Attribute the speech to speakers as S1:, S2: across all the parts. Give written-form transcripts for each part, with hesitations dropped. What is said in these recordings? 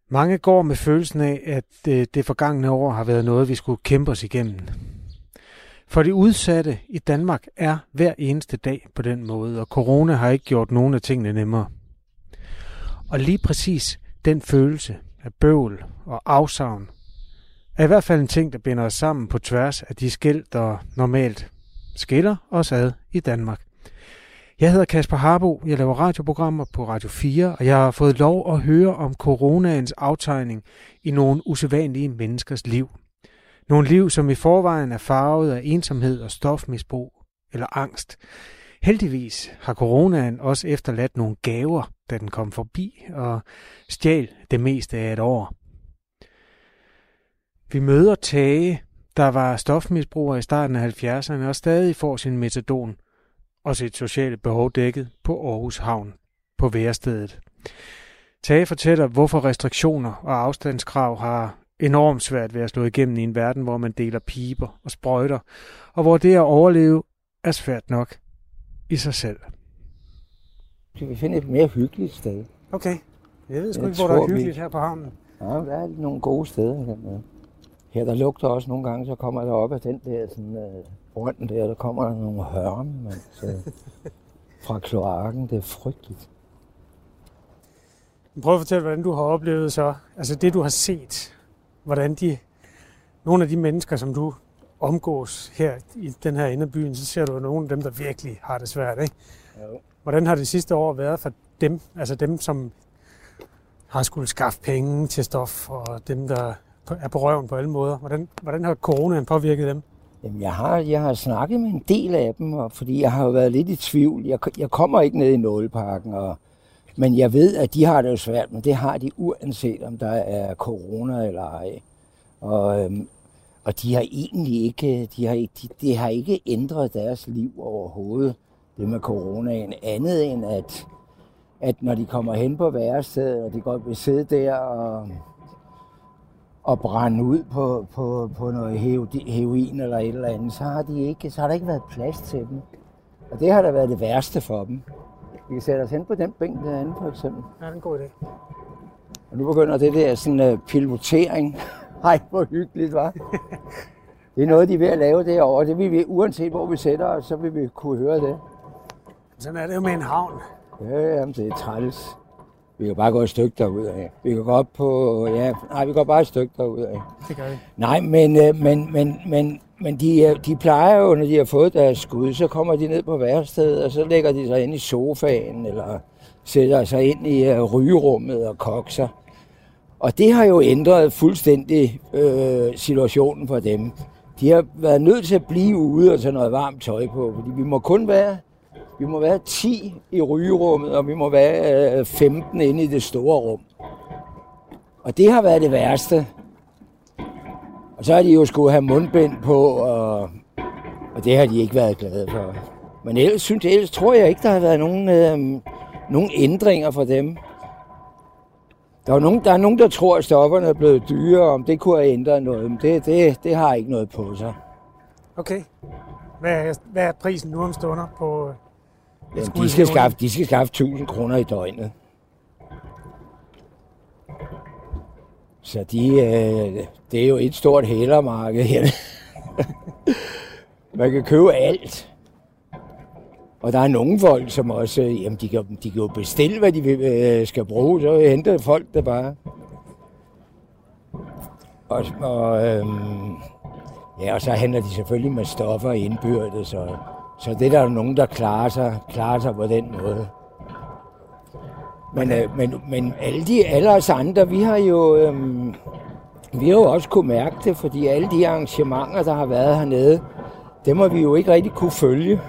S1: Mange går med følelsen af, at det forgangne år har været noget, vi skulle kæmpe os igennem. For de udsatte i Danmark er hver eneste dag på den måde, og corona har ikke gjort nogen af tingene nemmere. Og lige præcis den følelse af bøvl og afsavn er i hvert fald en ting, der binder os sammen på tværs af de skel, der normalt skiller os ad i Danmark. Jeg hedder Kasper Harbo, jeg laver radioprogrammer på Radio 4, og jeg har fået lov at høre om coronaens aftegning i nogle usædvanlige menneskers liv. Nogle liv, som i forvejen er farvet af ensomhed og stofmisbrug eller angst. Heldigvis har coronaen også efterladt nogle gaver, da den kom forbi og stjal det meste af et år. Vi møder Tage, der var stofmisbruger i starten af 70'erne og stadig får sin metadon og sit sociale behov dækket på Aarhus Havn på værestedet. Tage fortæller, hvorfor restriktioner og afstandskrav har enormt svært ved at slå igennem i en verden, hvor man deler piber og sprøjter, og hvor det at overleve er svært nok i sig selv.
S2: Vi finder et mere hyggeligt sted.
S1: Okay. Jeg ved sgu ikke, hvor der er hyggeligt her på havnen.
S2: Ja, der er nogle gode steder hernede. Her der lugter også nogle gange, så kommer der op af den der sådan, brønden der kommer der nogle hørme, fra kloakken. Det er frygteligt.
S1: Prøv at fortælle, hvordan du har oplevet så, altså det du har set, hvordan nogle af de mennesker, som du omgås her i den her ende af byen, så ser du nogle af dem, der virkelig har det svært, ikke?
S2: Jo.
S1: Hvordan har det sidste år været for dem, altså dem, som har skulle skaffe penge til stof, og dem, der er på røven på alle måder? Hvordan har coronaen påvirket dem?
S2: Jamen, jeg har snakket med en del af dem, fordi jeg har jo været lidt i tvivl. Jeg kommer ikke ned i Nåleparken, men jeg ved, at de har det jo svært, men det har de uanset om der er corona eller ej. Og de har egentlig ikke, de har ikke ændret deres liv overhovedet, det med coronaen, andet end at når de kommer hen på værestedet, og de godt vil sidde der og brænde ud på noget heroin eller et eller andet, så har der ikke været plads til dem. Og det har da været det værste for dem. Vi kan sætte os hen på den bænk derinde, for eksempel.
S1: Ja, det er en god idé.
S2: Og nu begynder det der sådan pilotering. Ej, hvor hyggeligt, hva'? Det er noget, de er ved at lave derovre. Det vil vi, uanset hvor vi sætter os, så vil vi kunne høre det.
S1: Sådan er det jo med en havn.
S2: Ja, det er træls. Vi kan bare gå et stykke derudad. Vi kan gå op på... vi går bare et stykke derudad.
S1: Det gør vi.
S2: Nej, men de plejer jo, når de har fået deres skud, så kommer de ned på værestedet, og så lægger de sig ind i sofaen, eller sætter sig ind i rygerummet og kokser. Og det har jo ændret fuldstændig situationen for dem. De har været nødt til at blive ude og tage noget varmt tøj på, fordi vi må være 10 i rygerummet, og vi må være 15 inde i det store rum. Og det har været det værste. Og så har de jo skulle have mundbind på, og det har de ikke været glade for. Men ellers tror jeg ikke, der har været nogen ændringer for dem. Der er nogen, der tror, at stofferne er blevet dyre, om det kunne have ændret noget, men det har ikke noget på sig.
S1: Okay. Hvad er prisen nu om stunder på...
S2: Jamen, de skal skaffe 1000 kroner i døgnet. Så det er jo et stort hælermarked her. Man kan købe alt. Og der er nogle folk, som også, jamen de kan jo bestille, hvad de skal bruge, så henter folk det bare. Og så handler de selvfølgelig med stoffer indbyrdes, så det er der nogen, der klarer sig på den måde. Men alle os andre, vi har jo også kunne mærke det, fordi alle de arrangementer, der har været hernede, dem har vi jo ikke rigtig kunne følge.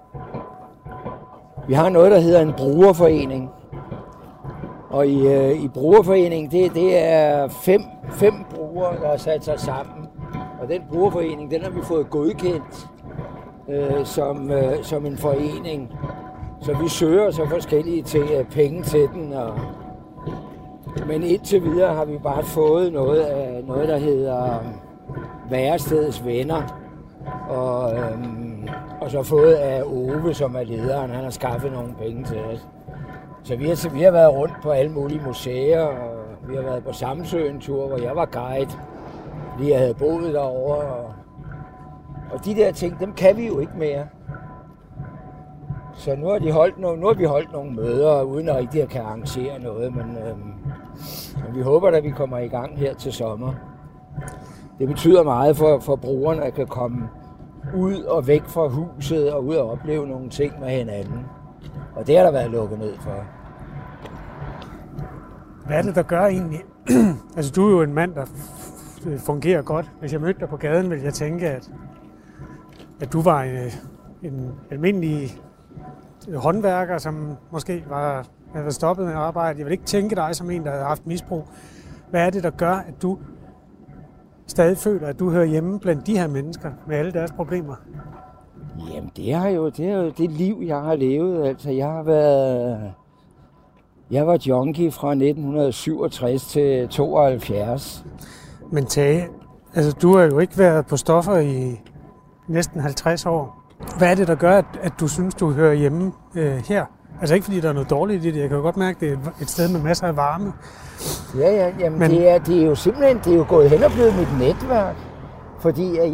S2: Vi har noget, der hedder en brugerforening. Og i brugerforeningen, det er fem brugere, der har sat sig sammen. Og den brugerforening, den har vi fået godkendt som en forening. Så vi søger så forskellige penge til den. Men indtil videre har vi bare fået noget der hedder Værestedets Venner. Og så fået af Ove, som er lederen. Han har skaffet nogle penge til os. Så vi har været rundt på alle mulige museer Vi har været på Samsø en tur, hvor jeg var guide. Fordi jeg havde boet derovre. Og de der ting, dem kan vi jo ikke mere. Så nu har vi holdt nogle møder, uden at rigtig kan arrangere noget. Men vi håber, at vi kommer i gang her til sommer. Det betyder meget for brugerne, at kan komme ud og væk fra huset og ud og opleve nogle ting med hinanden. Og det har der været lukket ned for.
S1: Hvad er det, der gør egentlig? Altså, du er jo en mand, der fungerer godt. Hvis jeg mødte dig på gaden, ville jeg tænke, at du var en almindelig håndværker, som måske havde stoppet med at arbejde. Jeg vil ikke tænke dig som en, der havde haft misbrug. Hvad er det, der gør, at du stadig føler, at du hører hjemme blandt de her mennesker med alle deres problemer?
S2: Jamen, det er jo det liv, jeg har levet. Altså, jeg var junkie fra 1967 til 72.
S1: Men Tage, altså du har jo ikke været på stoffer i næsten 50 år. Hvad er det, der gør, at du synes, du hører hjemme her? Altså ikke fordi der er noget dårligt i det. Jeg kan jo godt mærke, at det er et sted med masser af varme.
S2: Ja. Jamen, men det er jo simpelthen det er jo gået hen og blevet mit netværk. Fordi at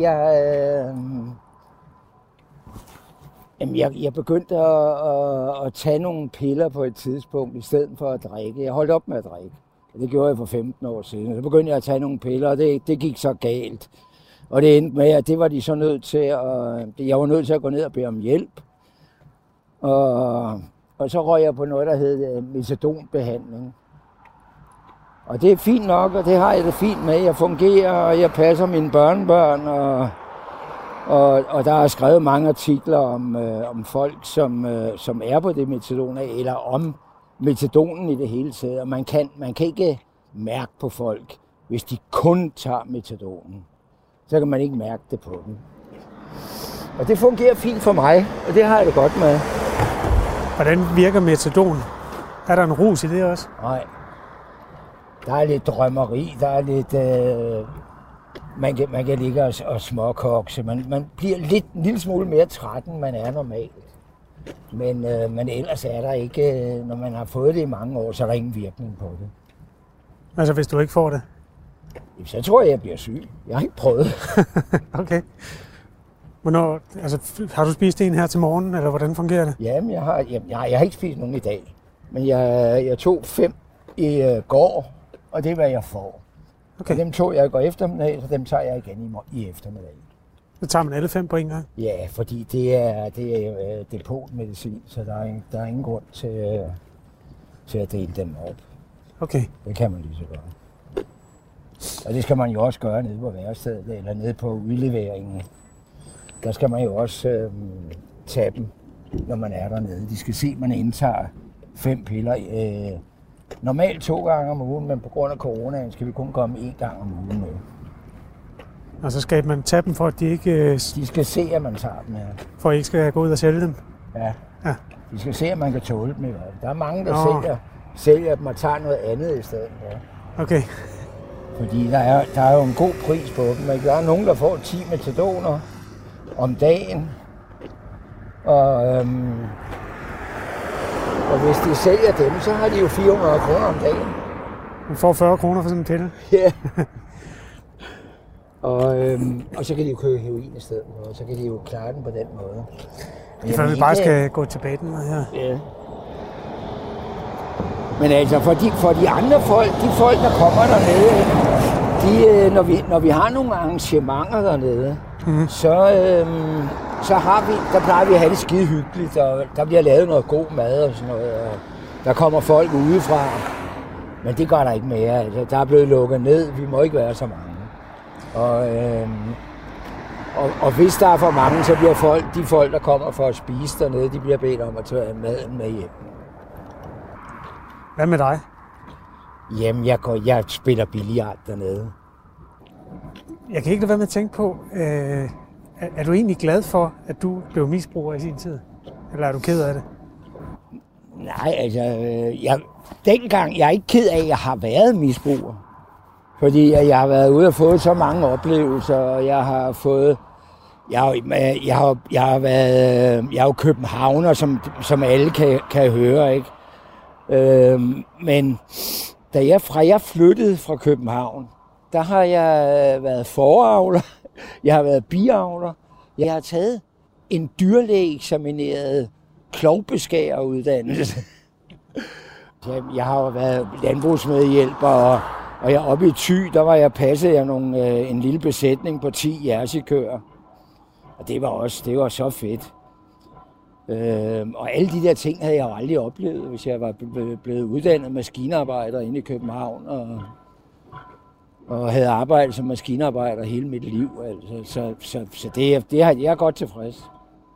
S2: jeg begyndte at tage nogle piller på et tidspunkt, i stedet for at drikke. Jeg holdt op med at drikke. Det gjorde jeg for 15 år siden. Så begyndte jeg at tage nogle piller, og det gik så galt. Og det endte med, at det var de så nødt til jeg var nødt til at gå ned og bede om hjælp. Og så røg jeg på noget, der hed metadonbehandling. Og det er fint nok, og det har jeg det fint med. Jeg fungerer, og jeg passer mine børnebørn, og der er skrevet mange artikler om folk, som er på det metadon, eller om metadonen i det hele taget. Og man kan ikke mærke på folk, hvis de kun tager metadonen. Så kan man ikke mærke det på dem. Og det fungerer fint for mig, og det har jeg det godt med.
S1: Hvordan virker metadon? Er der en rus i det også?
S2: Nej. Der er lidt drømmeri, der er lidt... Man kan ligge og småkokse. Man bliver en lille smule mere træt, end man er normalt. Men ellers er der ikke... Når man har fået det i mange år, så er der ingen virkning på det.
S1: Altså hvis du ikke får det?
S2: Så tror jeg bliver syg. Jeg har ikke prøvet.
S1: Okay. Hvornår, altså, har du spist en her til morgen, eller hvordan fungerer det?
S2: Jamen, jeg har ikke spist nogen i dag. Men jeg tog 5 i går, og det er, hvad jeg får. Okay. Og dem tog jeg i går eftermiddag, så dem tager jeg igen i eftermiddag.
S1: Så tager man alle 5 på en gang?
S2: Ja, fordi det er depotmedicin, så der er ingen grund til at dele dem op.
S1: Okay.
S2: Det kan man lige så gøre. Og det skal man jo også gøre nede på værestedet, eller nede på udleveringen. Der skal man jo også tage dem, når man er dernede. De skal se, at man indtager 5 piller. Normalt 2 gange om ugen, men på grund af coronaen skal vi kun komme 1 gang om ugen nu.
S1: Og så skal man tage dem, for at de ikke...
S2: De skal se, at man tager dem, ja.
S1: For at I ikke skal gå ud og sælge dem?
S2: Ja. De skal se, at man kan tåle dem. Der er mange, der sælger dem og tager noget andet i stedet. Ja.
S1: Okay.
S2: Fordi der er jo en god pris på dem. Der er nogen, der får 10 metadoner om dagen. Og hvis de sælger dem, så har de jo 400 kroner om dagen.
S1: Man får 40 kroner for sådan en pille?
S2: Ja. Og så kan de jo købe heroin i stedet, og så kan de jo klare den på den måde.
S1: Det er, vi bare skal gå til baden her.
S2: Ja. Men altså, for de andre folk, de folk, der kommer dernede, når vi har nogle arrangementer dernede, så plejer vi at have det skide hyggeligt, og der bliver lavet noget god mad og sådan noget, og der kommer folk udefra. Men det gør der ikke mere. Altså, der er blevet lukket ned, vi må ikke være så mange. Og hvis der er for mange, så bliver de folk, der kommer for at spise dernede, de bliver bedt om at tage maden med hjem.
S1: Hvad med dig?
S2: Jamen, jeg spiller billiard dernede.
S1: Jeg kan ikke lade være med at tænke på, er du egentlig glad for, at du blev misbruger i sin tid? Eller er du ked af det?
S2: Nej, altså, dengang, jeg er ikke ked af, at jeg har været misbruger. Fordi jeg har været ude og fået så mange oplevelser, og jeg har fået... Jeg er jo københavner, som alle kan høre, ikke? Men Fra jeg flyttede fra København, der har jeg været foravler, jeg har været biavler, jeg har taget en dyrlægeeksamineret klovbeskæreruddannelse. Jeg har været landbrugsmedhjælper, og jeg oppe i Thy, der var passede jeg en lille besætning på 10 jersikøer. Og det var så fedt. Og alle de der ting havde jeg jo aldrig oplevet, hvis jeg var blevet uddannet maskinarbejder inde i København og havde arbejdet som maskinarbejder hele mit liv. Altså. Så jeg er godt tilfreds.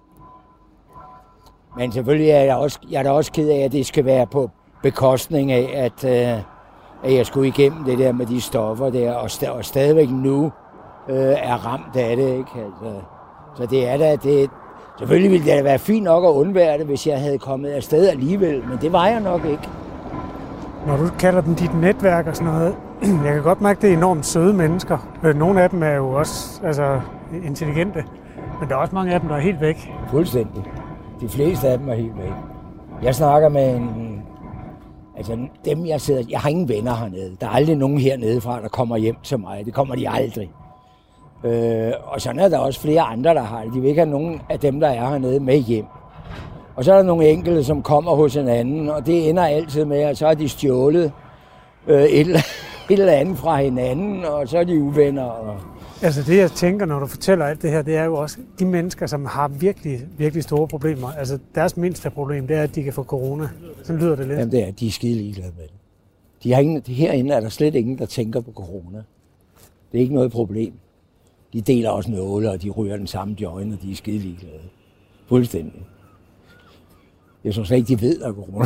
S2: Men selvfølgelig er jeg da også ked af, at det skal være på bekostning af, at jeg skulle igennem det der med de stoffer der, og stadigvæk nu er ramt af det. Ikke? Altså, så det er da det. Selvfølgelig ville det da være fint nok at undvære det, hvis jeg havde kommet afsted alligevel, men det var jeg nok ikke.
S1: Når du kalder dem dit netværk og sådan noget, jeg kan godt mærke, det er enormt søde mennesker. Nogle af dem er jo også intelligente, men der er også mange af dem, der er helt væk.
S2: Fuldstændig. De fleste af dem er helt væk. Jeg snakker med dem jeg har ingen venner hernede. Der er aldrig nogen hernede fra, der kommer hjem til mig. Det kommer de aldrig. Og sådan er der også flere andre, der har det. De vil ikke have nogen af dem, der er hernede, med hjem. Og så er der nogle enkelte, som kommer hos en anden, og det ender altid med, at så har de stjålet et eller andet fra hinanden, og så er de uvenner.
S1: Altså det, jeg tænker, når du fortæller alt det her, det er jo også de mennesker, som har virkelig, virkelig store problemer. Altså deres mindste problem, det er, at de kan få corona. Sådan lyder det lidt.
S2: Jamen det er, de er skide ligeglade med det. Herinde er der slet ingen, der tænker på corona. Det er ikke noget problem. De deler også nåle, og de ryger den samme joint, og de er skide ligeglade. Fuldstændig. Jeg synes ikke, de ved, at corona.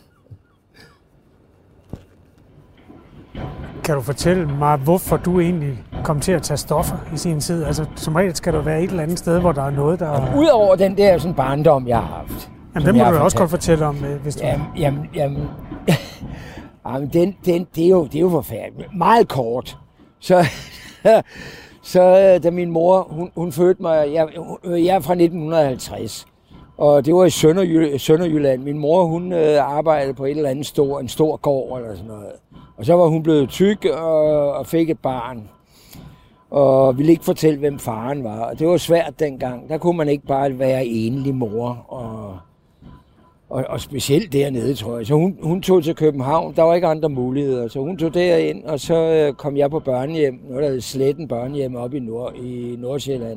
S1: Kan du fortælle mig, hvorfor du egentlig kom til at tage stoffer i sin tid? Altså, som regel skal du være et eller andet sted, hvor der er noget, der...
S2: Udover den der sådan barndom, jeg har haft.
S1: Jamen, den må du også godt fortælle om, hvis du...
S2: Jamen, det er jo forfærdeligt. Meget kort. Så da min mor, hun fødte mig... Jeg er fra 1950. Og det var i Sønderjylland. Min mor, hun arbejdede på et eller andet en stor gård eller sådan noget. Og så var hun blevet tyk og fik et barn. Og ville ikke fortælle, hvem faren var. Og det var svært dengang. Der kunne man ikke bare være enlig mor. Og specielt dernede, tror jeg. Så hun tog til København. Der var ikke andre muligheder. Så hun tog derind, og så kom jeg på børnehjem. Noget, der hed Sletten børnehjem oppe i Nordsjælland.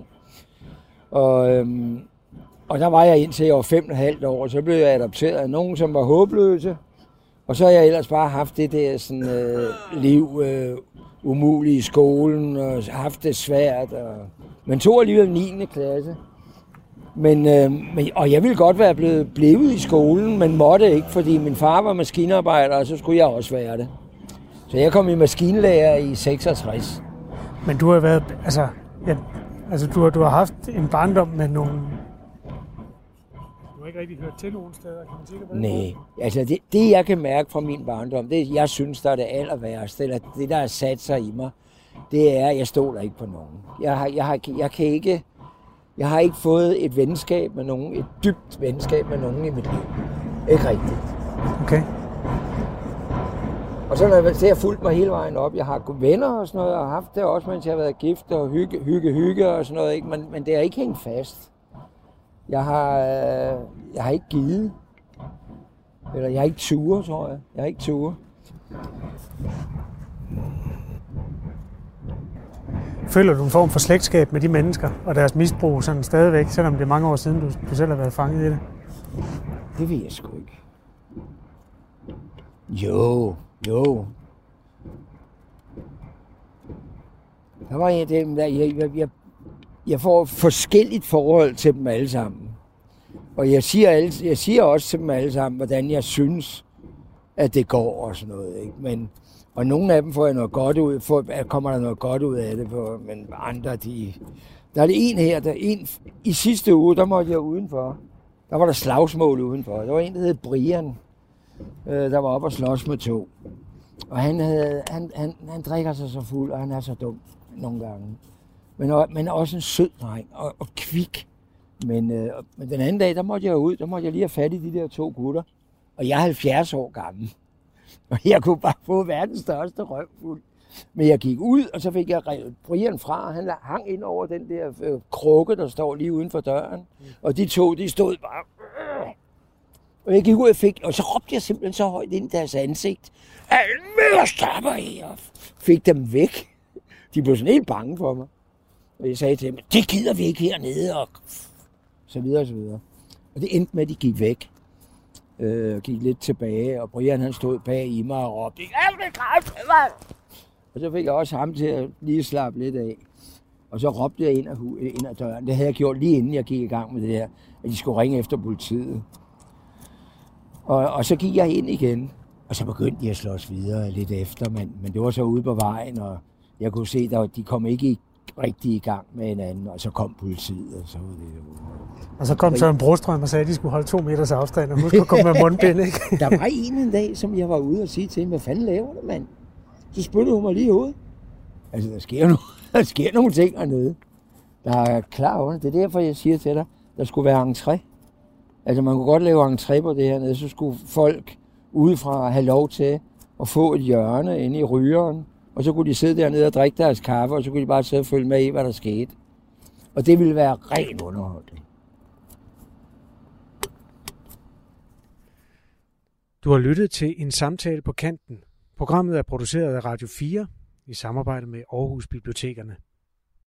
S2: Og der var jeg indtil jeg var 5,5 år, og så blev jeg adopteret af nogen, som var håbløse. Og så har jeg ellers bare haft det der sådan, liv umuligt i skolen, og haft det svært. Men tog alligevel 9. klasse. Og jeg ville godt være blevet i skolen, men måtte ikke, fordi min far var maskinarbejder, og så skulle jeg også være det. Så jeg kom i maskinlærer i 66.
S1: Men du har været, du har haft en barndom med nogle... Du har ikke rigtig hørt til nogen steder, kan man sige det?
S2: Nej, altså det jeg kan mærke fra min barndom, det jeg synes, der er det aller værste, eller det der har sat sig i mig, det er, at jeg stoler ikke på nogen. Jeg har ikke fået et venskab med nogen, et dybt venskab med nogen i mit liv. Ikke rigtigt.
S1: Okay.
S2: Og så har jeg fulgt mig hele vejen op. Jeg har venner og sådan noget, og haft det også, mens jeg har været gift og hygge og sådan noget, ikke? Men det er ikke hængt fast. Jeg har ikke givet. Eller jeg har ikke ture, tror jeg. Jeg har ikke ture.
S1: Føler du en form for slægtskab med de mennesker og deres misbrug sådan stadigvæk, selvom det er mange år siden, du selv har været fanget i det?
S2: Det ved jeg sgu ikke. Jo. Der var jeg får forskelligt forhold til dem alle sammen. Og jeg siger også til dem alle sammen, hvordan jeg synes, at det går og sådan noget. Ikke? Og nogle af dem får jeg noget godt ud, kommer der noget godt ud af det, men andre, der er det en her, i sidste uge, der måtte jeg udenfor. Der var der slagsmål udenfor. Der var en, der hed Brian, der var oppe og slås med 2. Og han drikker sig så fuld, og han er så dum nogle gange. Men også en sød dreng og kvik. Men den anden dag, der måtte jeg ud, der måtte jeg lige have fat i de der 2 gutter. Og jeg er 70 år gammel. Og jeg kunne bare få verdens største røvfuld. Men jeg gik ud, og så fik jeg revet Brian fra. Han hang ind over den der krukke, der står lige uden for døren. Og de to, de stod bare... Og jeg gik ud og så råbte jeg simpelthen så højt ind i deres ansigt. Almere stopper her! Fik dem væk. De blev sådan helt bange for mig. Og jeg sagde til dem, det gider vi ikke hernede, og så videre og så videre. Og det endte med, at de gik væk. Og gik lidt tilbage, og Brian han stod bag i mig og råbte, og så fik jeg også ham til at lige slappe lidt af. Og så råbte jeg ind ad døren. Det havde jeg gjort lige inden jeg gik i gang med det der, at de skulle ringe efter politiet. Og så gik jeg ind igen, og så begyndte de at slås videre lidt efter, men det var så ude på vejen, og jeg kunne se, at de kom ikke rigtig i gang med hinanden, og så kom politiet, og så var det jo...
S1: Og så kom Søren Brostrøm og sagde, at de skulle holde 2 meters afstand, og huske at komme med mundbind, ikke?
S2: Der var en dag, som jeg var ude og sige til hende, hvad fanden laver du, mand? Så spyttede hun mig lige ud. Altså, der sker nogle ting hernede, der er klar over. Det er derfor, jeg siger til dig, der skulle være entré. Altså, man kunne godt lave entré på det hernede, så skulle folk udefra have lov til at få et hjørne inde i rygeren, og så kunne de sidde dernede og drikke deres kaffe, og så kunne de bare sidde og følge med i, hvad der skete. Og det ville være ren underholdning.
S1: Du har lyttet til en samtale på kanten. Programmet er produceret af Radio 4 i samarbejde med Aarhus Bibliotekerne.